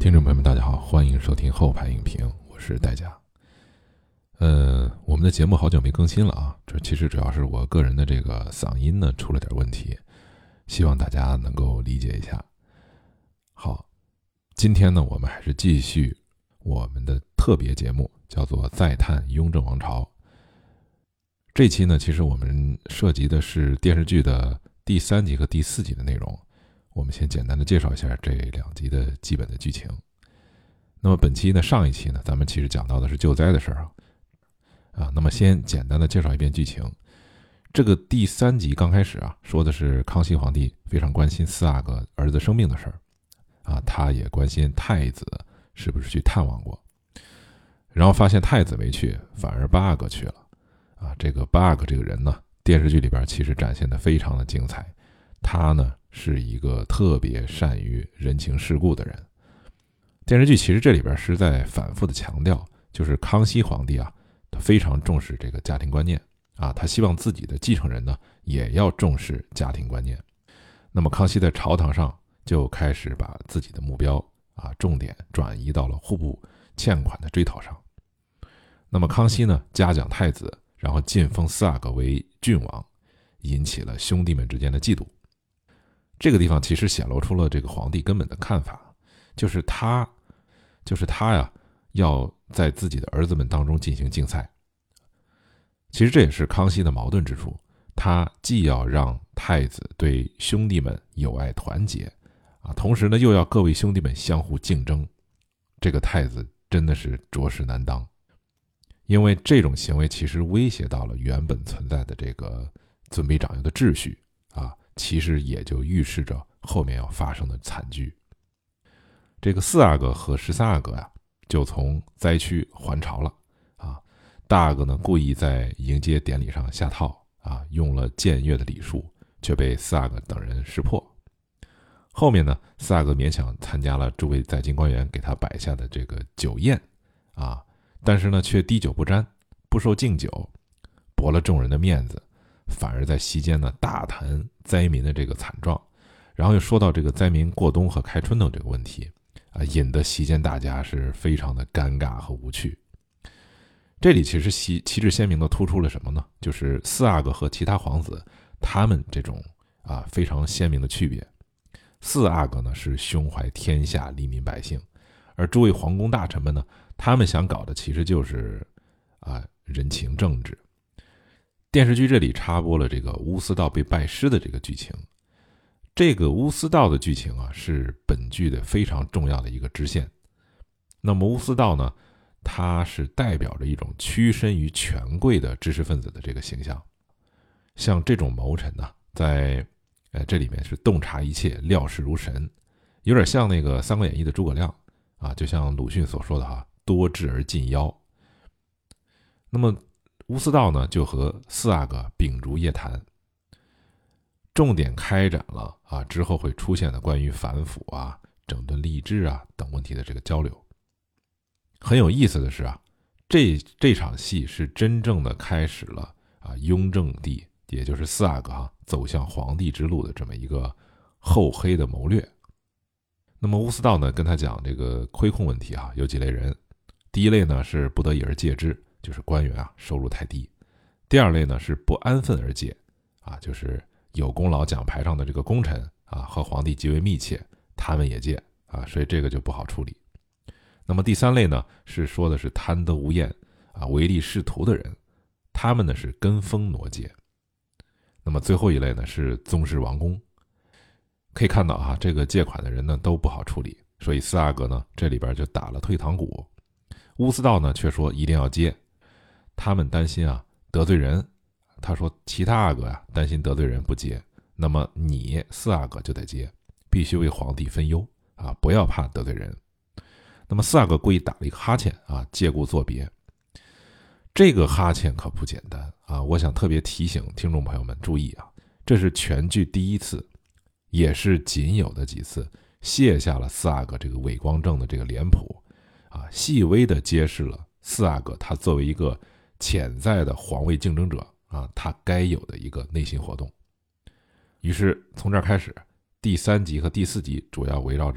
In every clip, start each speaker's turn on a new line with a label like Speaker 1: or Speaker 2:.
Speaker 1: 听众朋友们大家好，欢迎收听后排影评，我是戴家。我们的节目好久没更新了啊，这其实主要是我个人的这个嗓音呢出了点问题，希望大家能够理解一下。好，今天呢我们还是继续我们的特别节目，叫做再探雍正王朝。这期呢其实我们涉及的是电视剧的第3集和第4集的内容，我们先简单的介绍一下这2集的基本的剧情。那么本期呢，上一期呢，咱们其实讲到的是救灾的事儿啊。那么先简单的介绍一遍剧情。这个第3集刚开始啊，说的是康熙皇帝非常关心4阿哥儿子生病的事儿啊，他也关心太子是不是去探望过，然后发现太子没去，反而8阿哥去了啊。这个8阿哥这个人呢，电视剧里边其实展现的非常的精彩，他呢是一个特别善于人情世故的人。电视剧其实这里边是在反复的强调，就是康熙皇帝啊，他非常重视这个家庭观念啊，他希望自己的继承人呢也要重视家庭观念。那么康熙在朝堂上就开始把自己的目标啊重点转移到了户部欠款的追讨上。那么康熙呢嘉奖太子，然后晋封4阿哥为郡王，引起了兄弟们之间的嫉妒。这个地方其实显露出了这个皇帝根本的看法，就是他呀，要在自己的儿子们当中进行竞赛。其实这也是康熙的矛盾之处，他既要让太子对兄弟们友爱团结啊，同时呢又要各位兄弟们相互竞争。这个太子真的是着实难当，因为这种行为其实威胁到了原本存在的这个尊卑长幼的秩序啊，其实也就预示着后面要发生的惨剧。这个4阿哥和13阿哥呀，就从灾区还朝了啊。大阿哥呢，故意在迎接典礼上下套啊，用了僭越的礼数，却被4阿哥等人识破。后面呢，4阿哥勉强参加了诸位在京官员给他摆下的这个酒宴啊，但是呢，却滴酒不沾，不受敬酒，驳了众人的面子，反而在席间呢大谈灾民的这个惨状，然后又说到这个灾民过冬和开春的这个问题啊，引得席间大家是非常的尴尬和无趣。这里其实旗帜鲜明的突出了什么呢？就是4阿哥和其他皇子他们这种非常鲜明的区别。4阿哥呢是胸怀天下黎民百姓，而诸位皇宫大臣们呢，他们想搞的其实就是人情政治。电视剧这里插播了这个乌思道被拜师的这个剧情。这个乌思道的剧情啊，是本剧的非常重要的一个支线。那么乌思道呢，它是代表着一种屈身于权贵的知识分子的这个形象。像这种谋臣呢，在这里面是洞察一切，料事如神，有点像那个《三国演义》的诸葛亮啊，就像鲁迅所说的多智而近妖。那么乌思道呢，就和4阿哥秉烛夜谈，重点开展了之后会出现的关于反腐整顿吏治等问题的这个交流。很有意思的是这场戏是真正的开始了雍正帝，也就是4阿哥走向皇帝之路的这么一个厚黑的谋略。那么乌思道呢跟他讲这个亏空问题有几类人。第一类呢是不得已而戒之，就是官员收入太低。第二类呢是不安分而戒就是有功劳奖牌上的这个功臣和皇帝极为密切，他们也戒所以这个就不好处理。那么第3类呢是说的是贪得无厌唯利是图的人，他们呢是跟风挪戒。那么最后一类呢是宗室王公。可以看到这个借款的人呢都不好处理，所以4阿哥呢这里边就打了退堂鼓。乌思道呢却说一定要接，他们担心得罪人。他说其他阿哥担心得罪人不接，那么你4阿哥就得接，必须为皇帝分忧不要怕得罪人。那么4阿哥故意打了一个哈欠借故作别。这个哈欠可不简单我想特别提醒听众朋友们注意这是全剧第一次，也是仅有的几次卸下了4阿哥这个伪光正的这个脸谱细微的揭示了4阿哥他作为一个潜在的皇位竞争者他该有的一个内心活动。于是从这儿开始，第3集和第4集主要围绕着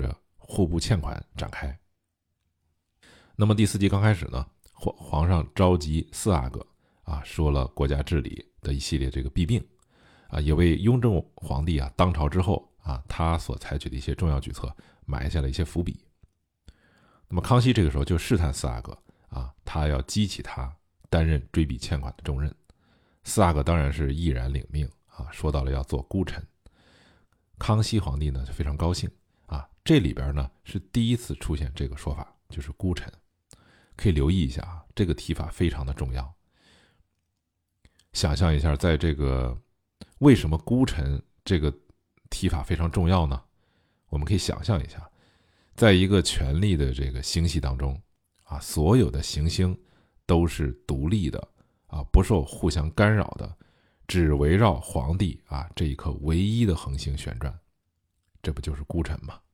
Speaker 1: 户部欠款展开。那么第4集刚开始呢，皇上召集4阿哥说了国家治理的一系列这个弊病也为雍正皇帝当朝之后他所采取的一些重要举措埋下了一些伏笔。那么康熙这个时候就试探4阿哥他要激起他担任追笔欠款的重任。4阿哥当然是毅然领命说到了要做孤臣。康熙皇帝呢就非常高兴这里边呢是第一次出现这个说法，就是孤臣。可以留意一下这个提法非常的重要。想象一下，在这个为什么孤臣这个提法非常重要呢？我们可以想象一下，在一个权力的这个星系当中所有的行星都是独立的不受互相干扰的，只围绕皇帝这一颗唯一的恒星旋转，这不就是孤臣吗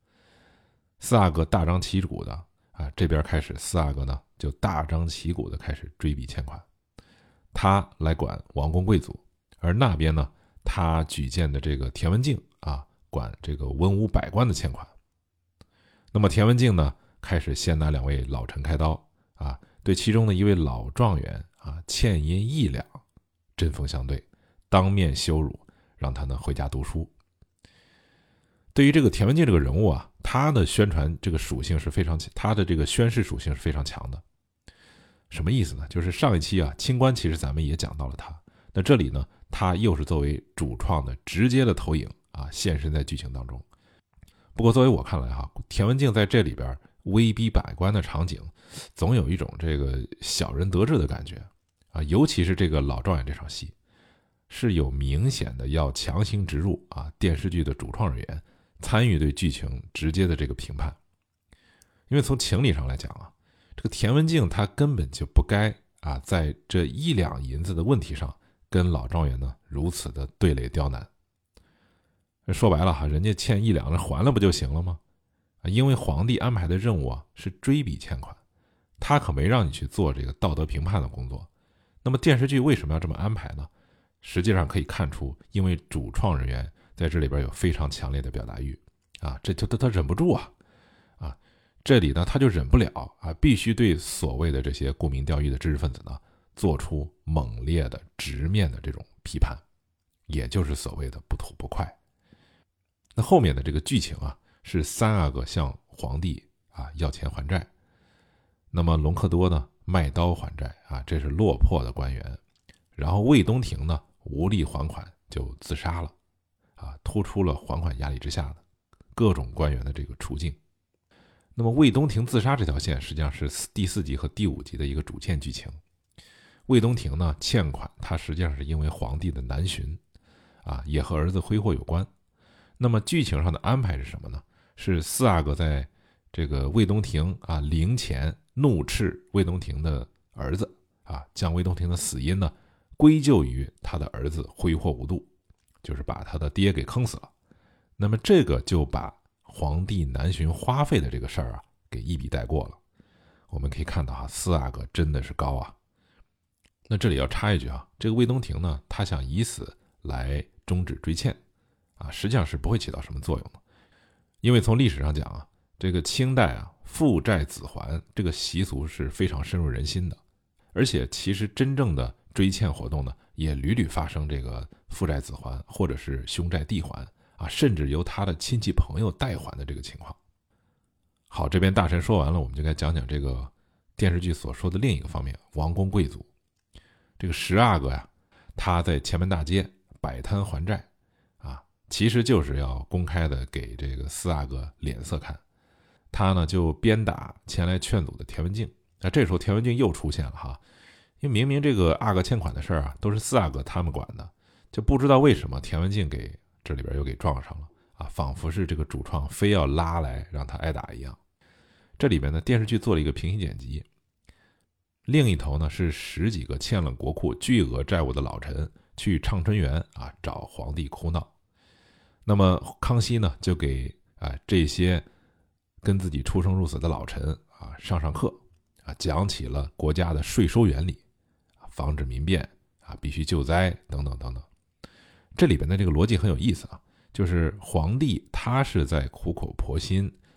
Speaker 1: ？4阿哥大张旗鼓的这边开始，4阿哥呢就大张旗鼓的开始追笔欠款，他来管王公贵族，而那边呢，他举荐的这个田文镜管这个文武百官的欠款。那么田文镜呢，开始先拿2位老臣开刀对其中的一位老状元欠银1两，针锋相对，当面羞辱，让他呢回家读书。对于这个田文镜这个人物他的宣传这个属性是非常强，他的这个宣示属性是非常强的。什么意思呢？就是上一期清官其实咱们也讲到了他，那这里呢，他又是作为主创的直接的投影现身在剧情当中。不过作为我看来田文镜在这里边威逼百官的场景，总有一种这个小人得志的感觉尤其是这个老状元这场戏，是有明显的要强行植入电视剧的主创人员参与对剧情直接的这个评判。因为从情理上来讲这个田文镜他根本就不该在这1两银子的问题上跟老状元呢如此的对垒刁难。说白了人家欠1两还了不就行了吗？因为皇帝安排的任务是追笔欠款，他可没让你去做这个道德评判的工作。那么电视剧为什么要这么安排呢？实际上可以看出，因为主创人员在这里边有非常强烈的表达欲这就他忍不住这里呢他就忍不了必须对所谓的这些沽名钓誉的知识分子呢做出猛烈的直面的这种批判，也就是所谓的不吐不快。那后面的这个剧情是3阿哥向皇帝要钱还债，那么隆科多呢卖刀还债这是落魄的官员，然后魏东亭呢无力还款就自杀了突出了还款压力之下的各种官员的这个处境。那么魏东亭自杀这条线实际上是第4集和第5集的一个主线剧情。魏东亭呢欠款，他实际上是因为皇帝的南巡也和儿子挥霍有关。那么剧情上的安排是什么呢？是4阿哥在这个魏东亭陵前怒斥魏东亭的儿子将魏东亭的死因呢归咎于他的儿子挥霍无度，就是把他的爹给坑死了。那么这个就把皇帝南巡花费的这个事儿给一笔带过了。我们可以看到4阿哥真的是高那这里要插一句这个魏东亭呢，他想以此来终止追欠实际上是不会起到什么作用的。因为从历史上讲这个清代父债子还这个习俗是非常深入人心的，而且其实真正的追欠活动呢，也屡屡发生这个父债子还或者是兄债弟还甚至由他的亲戚朋友代还的这个情况。好，这边大臣说完了，我们就该讲讲这个电视剧所说的另一个方面，王公贵族。这个10阿哥他在前门大街摆摊还债其实就是要公开的给这个4阿哥脸色看。他呢就鞭打前来劝阻的田文镜。那这时候田文镜又出现了因为明明这个阿哥欠款的事儿都是4阿哥他们管的，就不知道为什么田文镜给这里边又给撞上了仿佛是这个主创非要拉来让他挨打一样。这里边呢电视剧做了一个平行剪辑，另一头呢是10几个欠了国库巨额债务的老臣去畅春园找皇帝哭闹。那么康熙呢就给这些跟自己出生入死的老臣上课讲起了国家的税收原理，防止民变必须救灾等等等等。这里边的这个逻辑很有意思就是皇帝他是在苦口婆心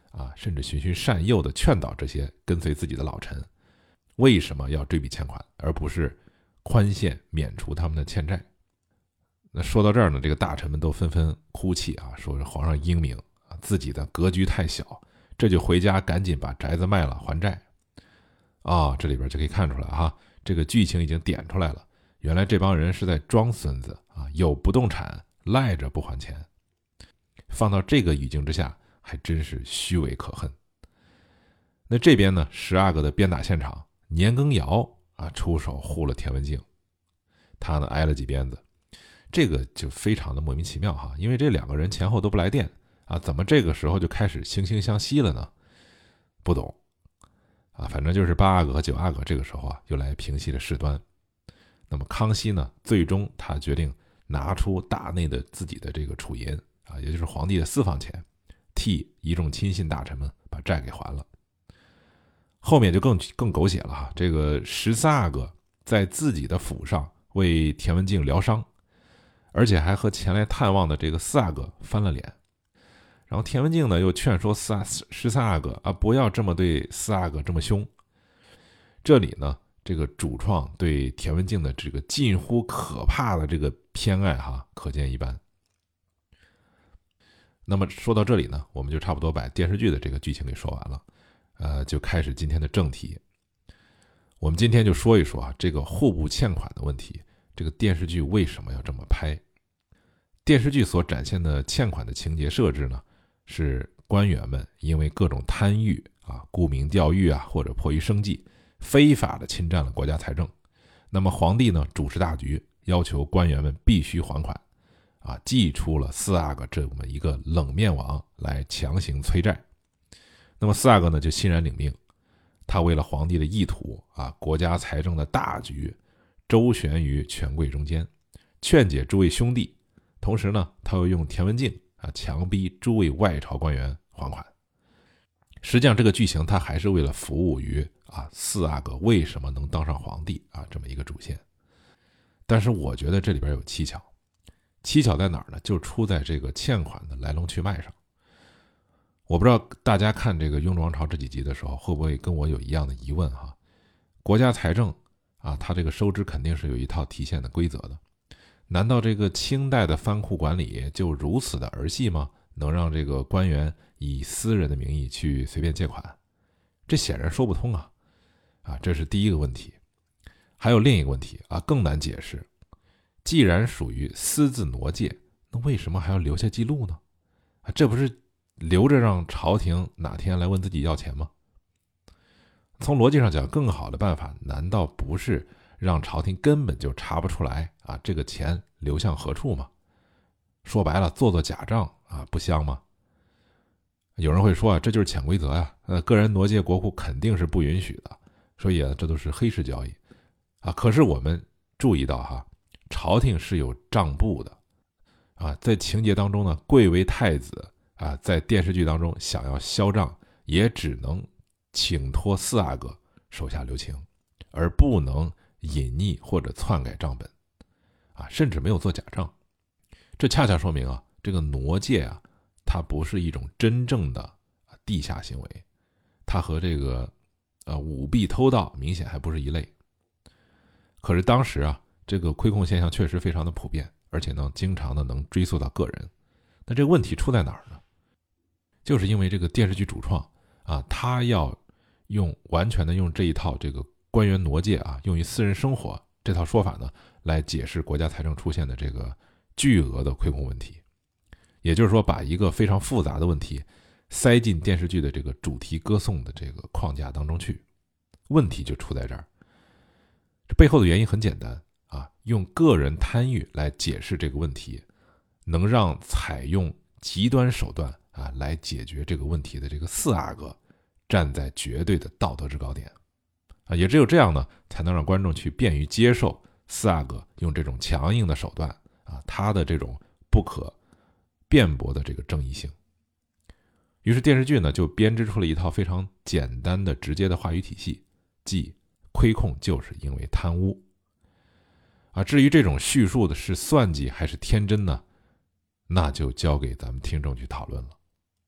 Speaker 1: 甚至循循善诱的劝导这些跟随自己的老臣，为什么要追笔欠款，而不是宽限免除他们的欠债。那说到这儿呢，这个大臣们都纷纷哭泣说是皇上英明自己的格局太小，这就回家赶紧把宅子卖了还债。这里边就可以看出来这个剧情已经点出来了，原来这帮人是在装孙子有不动产赖着不还钱。放到这个语境之下，还真是虚伪可恨。那这边呢，12阿哥的鞭打现场，年羹尧出手护了田文镜，他呢挨了几鞭子。这个就非常的莫名其妙因为这2个人前后都不来电怎么这个时候就开始惺惺相惜了呢？不懂反正就是8阿哥和9阿哥这个时候又来平息了事端。那么康熙呢，最终他决定拿出大内的自己的这个储银也就是皇帝的私房钱，替一众亲信大臣们把债给还了。后面就更狗血了这个13阿哥在自己的府上为田文镜疗伤，而且还和前来探望的这个4阿哥翻了脸。然后田文镜呢又劝说13阿哥不要这么对4阿哥这么凶。这里呢，这个主创对田文镜的这个近乎可怕的这个偏爱可见一斑。那么说到这里呢，我们就差不多把电视剧的这个剧情给说完了，就开始今天的正题。我们今天就说一说这个户部欠款的问题，这个电视剧为什么要这么拍？电视剧所展现的欠款的情节设置呢，是官员们因为各种贪欲沽名钓誉或者迫于生计，非法的侵占了国家财政。那么皇帝呢主持大局，要求官员们必须还款祭出了4阿哥这么一个冷面王来强行催债。那么4阿哥呢就欣然领命，他为了皇帝的意图国家财政的大局周旋于权贵中间，劝解诸位兄弟，同时呢他又用田文镜强逼诸位外朝官员还款。实际上这个剧情他还是为了服务于4阿哥为什么能当上皇帝这么一个主线。但是我觉得这里边有蹊跷，蹊跷在哪儿呢？就出在这个欠款的来龙去脉上。我不知道大家看这个雍正王朝这几集的时候会不会跟我有一样的疑问国家财政它这个收支肯定是有一套体现的规则的，难道这个清代的藩库管理就如此的儿戏吗？能让这个官员以私人的名义去随便借款？这显然说不通这是第一个问题。还有另一个问题更难解释，既然属于私自挪借，那为什么还要留下记录呢？这不是留着让朝廷哪天来问自己要钱吗？从逻辑上讲，更好的办法难道不是让朝廷根本就查不出来这个钱流向何处吗？说白了，做假账不香吗？有人会说这就是潜规则个人挪借国库肯定是不允许的，所以这都是黑市交易可是我们注意到朝廷是有账簿的在情节当中呢，贵为太子在电视剧当中想要销账，也只能请托4阿哥手下留情，而不能隐匿或者篡改账本甚至没有做假账。这恰恰说明这个挪借它不是一种真正的地下行为，它和这个舞弊偷盗明显还不是一类。可是当时这个亏空现象确实非常的普遍，而且呢经常的能追溯到个人。那这个问题出在哪儿呢？就是因为这个电视剧主创他要完全的用这一套这个官员挪借用于私人生活这套说法呢，来解释国家财政出现的这个巨额的亏空问题。也就是说，把一个非常复杂的问题塞进电视剧的这个主题歌颂的这个框架当中去。问题就出在这儿，这背后的原因很简单用个人贪欲来解释这个问题，能让采用极端手段来解决这个问题的这个4阿哥站在绝对的道德制高点也只有这样呢，才能让观众去便于接受4阿哥用这种强硬的手段他的这种不可辩驳的这个正义性。于是电视剧呢就编织出了一套非常简单的直接的话语体系，即亏空就是因为贪污至于这种叙述的是算计还是天真呢，那就交给咱们听众去讨论了。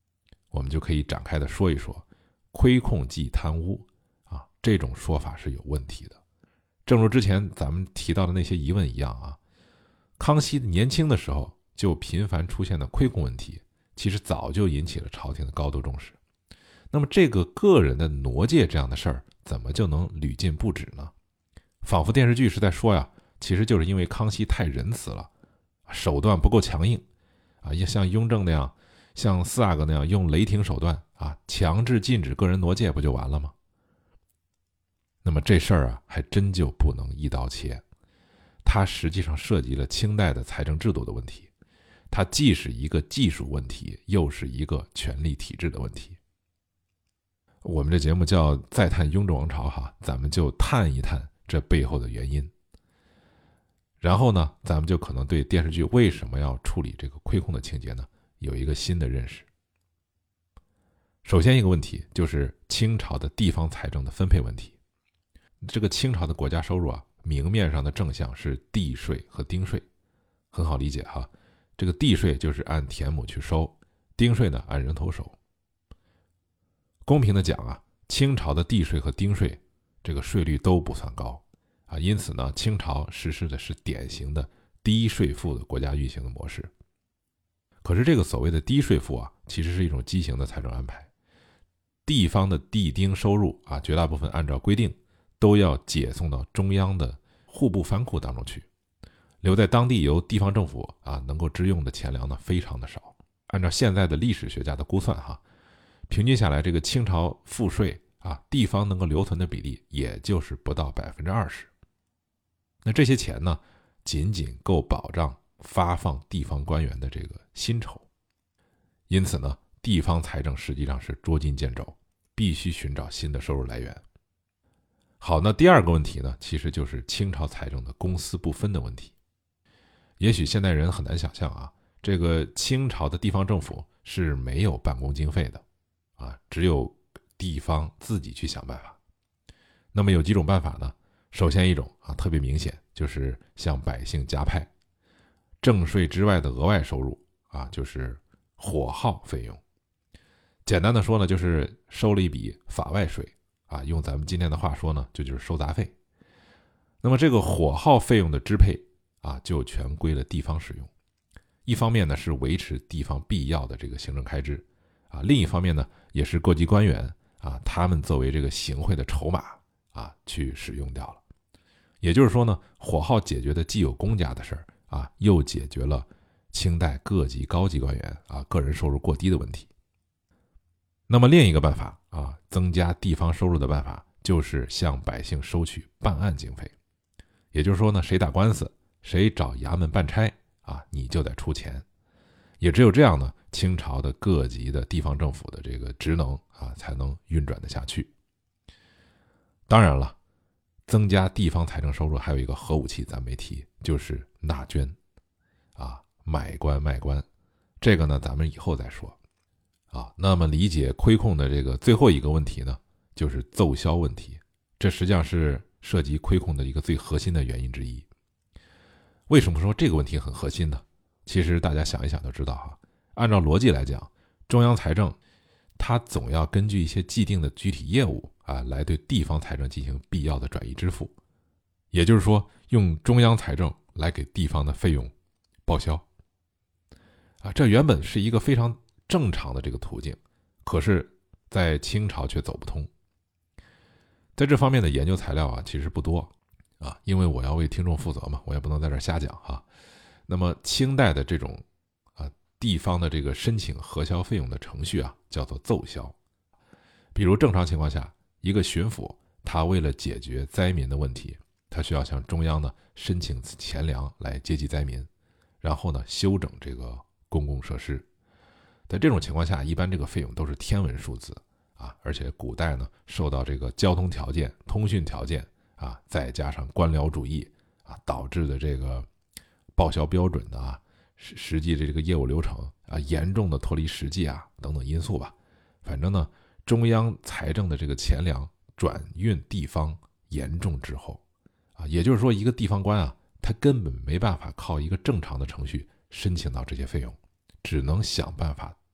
Speaker 1: 我们就可以展开的说一说，亏空即贪污啊，这种说法是有问题的。正如之前咱们提到的那些疑问一样啊，康熙年轻的时候就频繁出现的亏空问题，其实早就引起了朝廷的高度重视。那么这个个人的挪借这样的事儿，怎么就能屡禁不止呢？仿佛电视剧是在说呀，其实就是因为康熙太仁慈了，手段不够强硬啊，也像雍正那样，像四阿哥那样用雷霆手段啊，强制禁止个人挪借，不就完了吗？那么这事儿啊，还真就不能一刀切，它实际上涉及了清代的财政制度的问题，它既是一个技术问题，又是一个权力体制的问题。我们这节目叫再探雍正王朝哈，咱们就探一探这背后的原因。然后呢，咱们就可能对电视剧为什么要处理这个亏空的情节呢，有一个新的认识。首先一个问题就是清朝的地方财政的分配问题。这个清朝的国家收入啊，明面上的正项是地税和丁税，很好理解哈。这个地税就是按田亩去收，丁税呢按人头收。公平的讲啊，清朝的地税和丁税这个税率都不算高啊，因此呢，清朝实施的是典型的低税负的国家运行的模式。可是这个所谓的低税负啊，其实是一种畸形的财政安排。地方的地丁收入啊，绝大部分按照规定都要解送到中央的户部藩库当中去，留在当地由地方政府啊能够支用的钱粮呢非常的少。按照现在的历史学家的估算哈，平均下来这个清朝赋税啊，地方能够留存的比例也就是不到20%。那这些钱呢，仅仅够保障发放地方官员的这个薪酬。因此呢，地方财政实际上是捉襟见肘，必须寻找新的收入来源。好，那第二个问题呢，其实就是清朝财政的公私不分的问题。也许现代人很难想象啊，这个清朝的地方政府是没有办公经费的啊，只有地方自己去想办法。那么有几种办法呢？首先一种啊，特别明显，就是向百姓加派，正税之外的额外收入啊，就是火耗费用。简单的说呢，就是收了一笔法外税啊，用咱们今天的话说呢，就是收杂费。那么这个火耗费用的支配啊，就全归了地方使用。一方面呢，是维持地方必要的这个行政开支啊，另一方面呢，也是各级官员啊，他们作为这个行贿的筹码啊，去使用掉了。也就是说呢，火耗解决的既有公家的事儿啊，又解决了清代各级高级官员啊个人收入过低的问题。那么另一个办法啊，增加地方收入的办法，就是向百姓收取办案经费。也就是说呢，谁打官司，谁找衙门办差啊，你就得出钱。也只有这样呢，清朝的各级的地方政府的这个职能啊，才能运转得下去。当然了，增加地方财政收入还有一个核武器咱没提，就是纳捐啊，买官卖官。这个呢，咱们以后再说啊。那么理解亏空的这个最后一个问题呢，就是奏销问题。这实际上是涉及亏空的一个最核心的原因之一。为什么说这个问题很核心呢？其实大家想一想就知道哈。按照逻辑来讲，中央财政它总要根据一些既定的具体业务啊，来对地方财政进行必要的转移支付。也就是说，用中央财政来给地方的费用报销啊，这原本是一个非常正常的这个途径，可是在清朝却走不通。在这方面的研究材料啊，其实不多啊，因为我要为听众负责嘛，我也不能在这儿瞎讲哈。那么清代的这种地方的这个申请核销费用的程序啊，叫做奏销。比如正常情况下，一个巡抚他为了解决灾民的问题，他需要向中央呢申请钱粮来接济灾民，然后呢修整这个公共设施。在这种情况下，一般这个费用都是天文数字啊，而且古代呢受到这个交通条件、通讯条件啊，再加上官僚主义啊导致的这个报销标准的啊，实际的这个业务流程啊，严重的脱离实际啊等等因素吧。反正呢，中央财政的这个钱粮转运地方严重滞后啊，也就是说，一个地方官啊，他根本没办法靠一个正常的程序申请到这些费用，只能想办法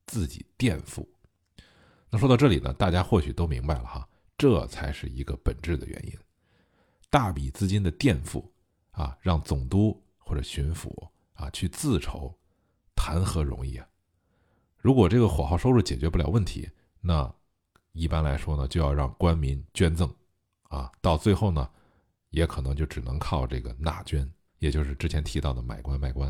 Speaker 1: 自己垫付。那说到这里呢，大家或许都明白了哈，这才是一个本质的原因。大笔资金的垫付让总督或者巡抚去自筹，谈何容易啊！如果这个火耗收入解决不了问题，那一般来说呢，就要让官民捐赠到最后呢，也可能就只能靠这个纳捐，也就是之前提到的买官卖官。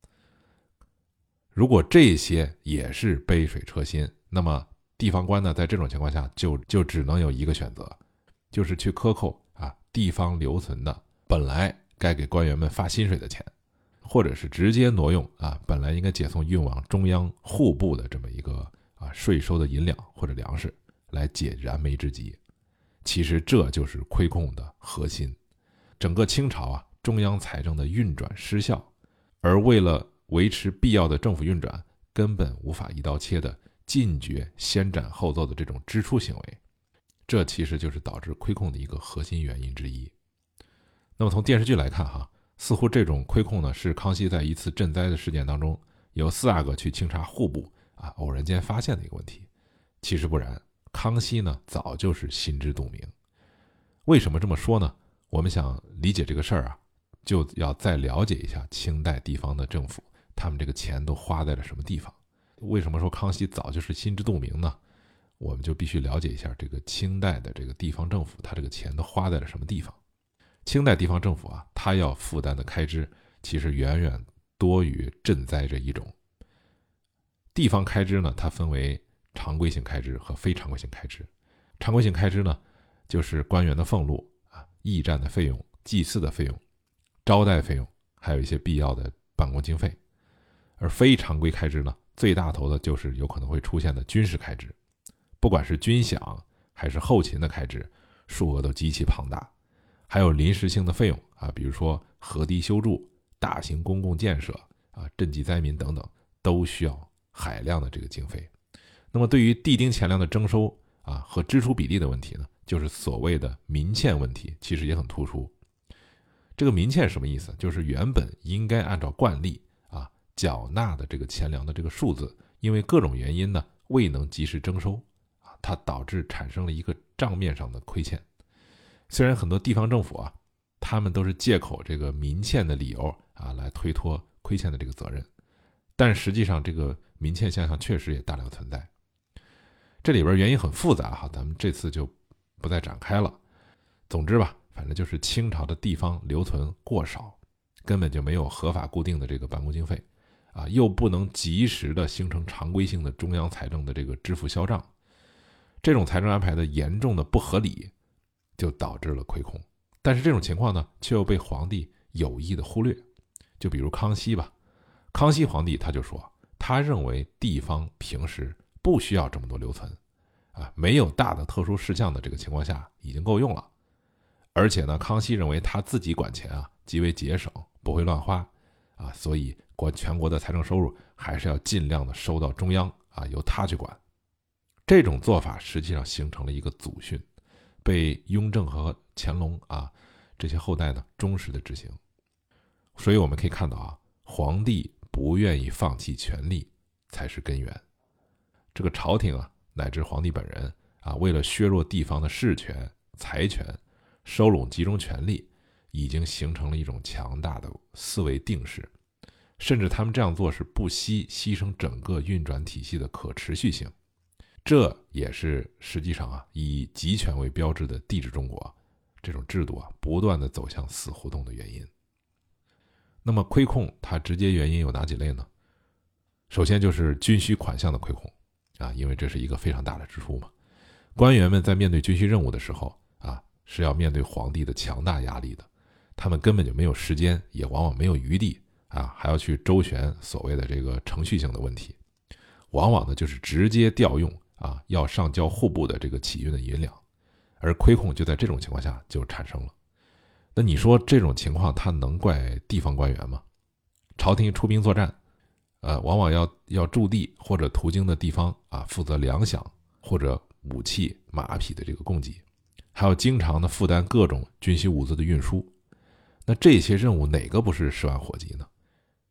Speaker 1: 如果这些也是杯水车薪，那么地方官呢，在这种情况下就只能有一个选择，就是去克扣地方留存的本来该给官员们发薪水的钱，或者是直接挪用本来应该解送运往中央户部的这么一个税收的银两或者粮食，来解燃眉之急。其实这就是亏空的核心。整个清朝中央财政的运转失效，而为了维持必要的政府运转，根本无法一刀切的禁绝先斩后奏的这种支出行为，这其实就是导致亏空的一个核心原因之一。那么从电视剧来看似乎这种亏空呢，是康熙在一次赈灾的事件当中，由四阿哥去清查户部偶然间发现的一个问题。其实不然，康熙呢早就是心知肚明。为什么这么说呢？我们想理解这个事儿就要再了解一下清代地方的政府，他们这个钱都花在了什么地方。为什么说康熙早就是心知肚明呢？我们就必须了解一下这个清代的这个地方政府，它这个钱都花在了什么地方。清代地方政府它要负担的开支其实远远多于赈灾这一种。地方开支呢，它分为常规性开支和非常规性开支。常规性开支呢，就是官员的俸禄驿站的费用、祭祀的费用、招待费用，还有一些必要的办公经费。而非常规开支呢，最大头的就是有可能会出现的军事开支，不管是军饷还是后勤的开支，数额都极其庞大。还有临时性的费用比如说河堤修筑、大型公共建设赈济灾民等等，都需要海量的这个经费。那么对于地丁钱粮的征收和支出比例的问题呢，就是所谓的民欠问题，其实也很突出。这个民欠什么意思？就是原本应该按照惯例缴纳的这个钱粮的这个数字，因为各种原因呢未能及时征收它导致产生了一个账面上的亏欠。虽然很多地方政府他们都是借口这个民欠的理由来推脱亏欠的这个责任，但实际上这个民欠现象确实也大量存在。这里边原因很复杂咱们这次就不再展开了。总之吧，反正就是清朝的地方留存过少，根本就没有合法固定的这个办公经费又不能及时的形成常规性的中央财政的这个支付销账，这种财政安排的严重的不合理，就导致了亏空。但是这种情况呢，却又被皇帝有意的忽略。就比如康熙吧，康熙皇帝他就说，他认为地方平时不需要这么多留存没有大的特殊事项的这个情况下已经够用了。而且呢，康熙认为他自己管钱极为节省，不会乱花所以全国的财政收入还是要尽量的收到中央由他去管。这种做法实际上形成了一个祖训，被雍正和乾隆这些后代呢忠实的执行。所以我们可以看到皇帝不愿意放弃权力才是根源。这个朝廷乃至皇帝本人为了削弱地方的势权、财权，收拢集中权力，已经形成了一种强大的思维定势，甚至他们这样做是不惜牺牲整个运转体系的可持续性。这也是实际上以集权为标志的帝制中国这种制度不断的走向死胡同的原因。那么亏空它直接原因有哪几类呢？首先就是军需款项的亏空因为这是一个非常大的支出嘛。官员们在面对军需任务的时候是要面对皇帝的强大压力的，他们根本就没有时间，也往往没有余地还要去周旋所谓的这个程序性的问题，往往呢就是直接调用要上交户部的这个起运的银两，而亏空就在这种情况下就产生了。那你说这种情况他能怪地方官员吗？朝廷出兵作战往往要驻地或者途经的地方负责粮饷或者武器马匹的这个供给，还要经常的负担各种军需物资的运输。那这些任务哪个不是十万火急呢？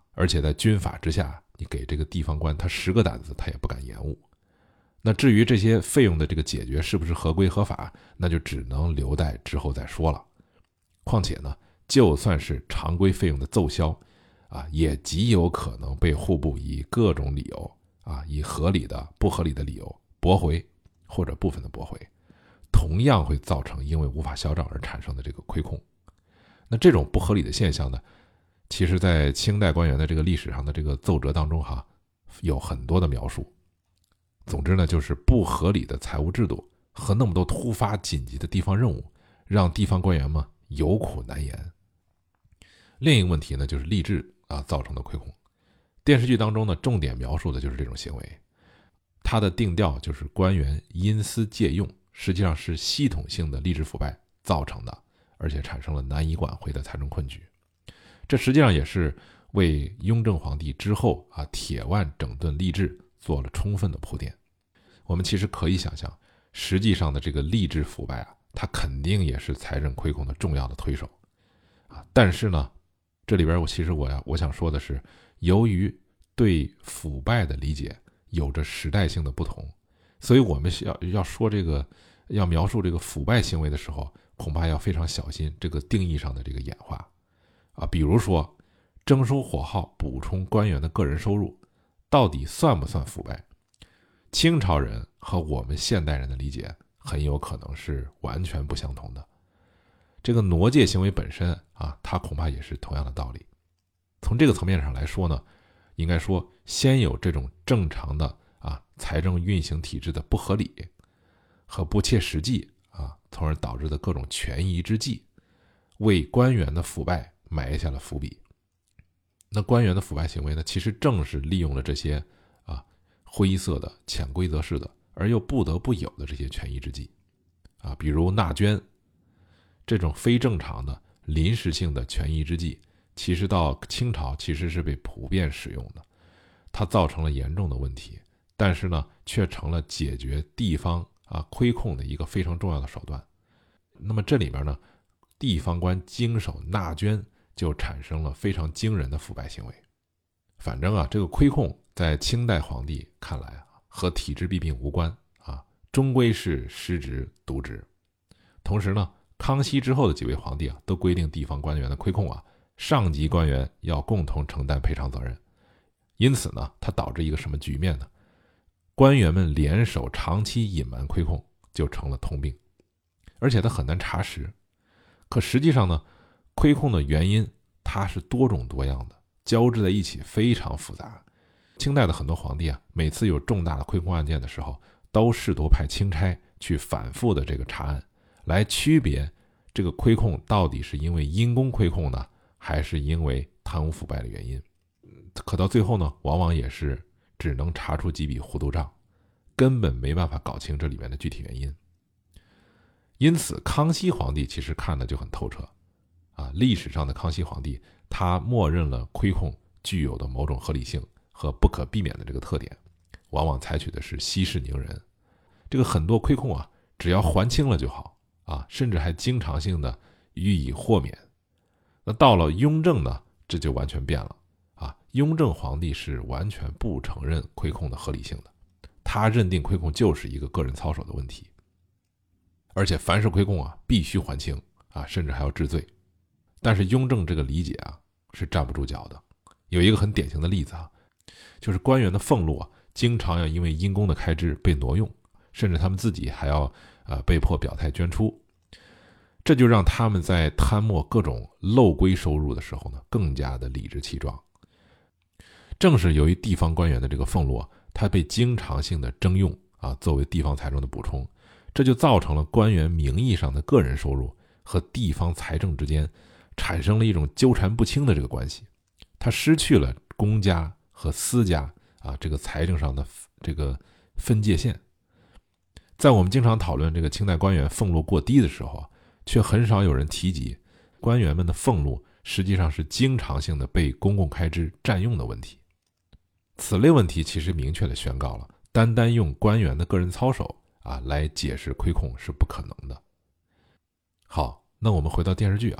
Speaker 1: 而且在军法之下，你给这个地方官他10个胆子，他也不敢延误。那至于这些费用的这个解决是不是合规合法，那就只能留待之后再说了。况且呢，就算是常规费用的奏销也极有可能被户部以各种理由以合理的、不合理的理由驳回，或者部分的驳回，同样会造成因为无法销账而产生的这个亏空。那这种不合理的现象呢，其实在清代官员的这个历史上的这个奏折当中有很多的描述。总之呢，就是不合理的财务制度和那么多突发紧急的地方任务，让地方官员们有苦难言。另一个问题呢，就是吏治造成的亏空。电视剧当中呢，重点描述的就是这种行为。它的定调就是官员因私借用，实际上是系统性的吏治腐败造成的，而且产生了难以挽回的财政困局。这实际上也是为雍正皇帝之后铁腕整顿吏治做了充分的铺垫。我们其实可以想象，实际上的这个吏治腐败它肯定也是财政亏空的重要的推手但是呢，这里边我想说的是，由于对腐败的理解有着时代性的不同，所以我们要描述这个腐败行为的时候，恐怕要非常小心这个定义上的这个演化比如说征收火耗补充官员的个人收入，到底算不算腐败？清朝人和我们现代人的理解很有可能是完全不相同的。这个挪借行为本身它恐怕也是同样的道理。从这个层面上来说呢，应该说先有这种正常的财政运行体制的不合理和不切实际从而导致的各种权宜之计，为官员的腐败埋下了伏笔。那官员的腐败行为呢，其实正是利用了这些灰色的、潜规则式的而又不得不有的这些权宜之计比如纳捐这种非正常的临时性的权宜之计，其实到清朝其实是被普遍使用的，它造成了严重的问题，但是呢，却成了解决地方亏空的一个非常重要的手段。那么这里面呢，地方官经手纳捐就产生了非常惊人的腐败行为。反正这个亏空在清代皇帝看来和体制弊病无关终归是失职渎职。同时呢，康熙之后的几位皇帝都规定地方官员的亏空上级官员要共同承担赔偿责任。因此呢，它导致一个什么局面呢？官员们联手长期隐瞒亏空就成了通病，而且它很难查实。可实际上呢，亏空的原因它是多种多样的，交织在一起，非常复杂。清代的很多皇帝每次有重大的亏空案件的时候，都试图派钦差去反复的这个查案，来区别这个亏空到底是因为因公亏空呢，还是因为贪污腐败的原因。可到最后呢，往往也是只能查出几笔糊涂账，根本没办法搞清这里面的具体原因。因此康熙皇帝其实看的就很透彻历史上的康熙皇帝他默认了亏空具有的某种合理性和不可避免的这个特点，往往采取的是息事宁人。这个很多亏空只要还清了就好甚至还经常性的予以豁免。那到了雍正呢，这就完全变了雍正皇帝是完全不承认亏空的合理性的，他认定亏空就是一个个人操守的问题，而且凡是亏空必须还清甚至还要治罪。但是雍正这个理解是站不住脚的。有一个很典型的例子就是官员的俸禄经常要因为因公的开支被挪用，甚至他们自己还要被迫表态捐出，这就让他们在贪墨各种漏规收入的时候呢，更加的理直气壮。正是由于地方官员的这个俸禄它被经常性的征用作为地方财政的补充，这就造成了官员名义上的个人收入和地方财政之间产生了一种纠缠不清的这个关系，它失去了公家和私家这个财政上的这个分界线。在我们经常讨论这个清代官员俸禄过低的时候却很少有人提及官员们的俸禄实际上是经常性的被公共开支占用的问题。此类问题其实明确地宣告了，单单用官员的个人操守来解释亏空是不可能的。好，那我们回到电视剧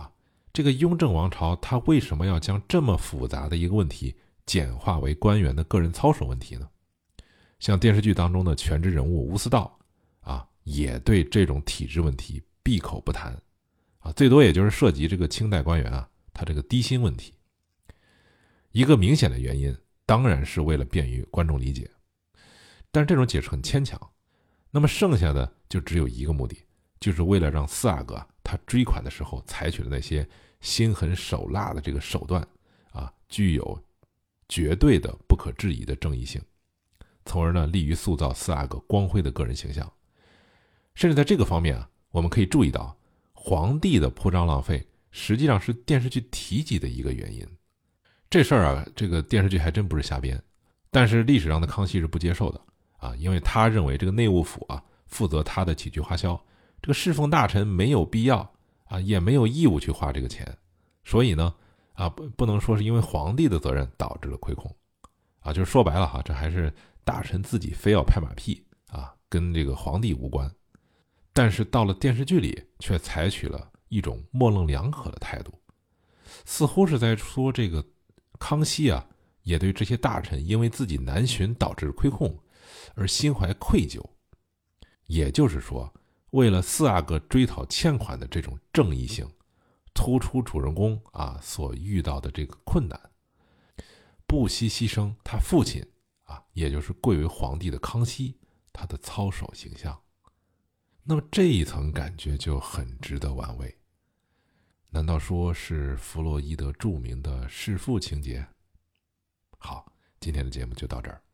Speaker 1: 这个雍正王朝他为什么要将这么复杂的一个问题简化为官员的个人操守问题呢？像电视剧当中的权职人物吴思道也对这种体制问题闭口不谈最多也就是涉及这个清代官员他这个低薪问题。一个明显的原因当然是为了便于观众理解，但是这种解释很牵强。那么剩下的就只有一个目的，就是为了让四阿哥他追款的时候采取的那些心狠手辣的这个手段具有绝对的不可质疑的正义性，从而呢利于塑造四阿哥光辉的个人形象。甚至在这个方面我们可以注意到皇帝的铺张浪费实际上是电视剧提及的一个原因。这事儿这个电视剧还真不是瞎编，但是历史上的康熙是不接受的因为他认为这个内务府负责他的起居花销，这个侍奉大臣没有必要也没有义务去花这个钱，所以呢不能说是因为皇帝的责任导致了亏空就是说白了这还是大臣自己非要拍马屁跟这个皇帝无关。但是到了电视剧里却采取了一种模棱两可的态度，似乎是在说这个康熙也对这些大臣因为自己南巡导致亏空而心怀愧疚。也就是说，为了四阿哥追讨欠款的这种正义性，突出主人公所遇到的这个困难，不惜牺牲他父亲也就是贵为皇帝的康熙他的操守形象。那么这一层感觉就很值得玩味。难道说是弗洛伊德著名的弑父情节？好，今天的节目就到这儿。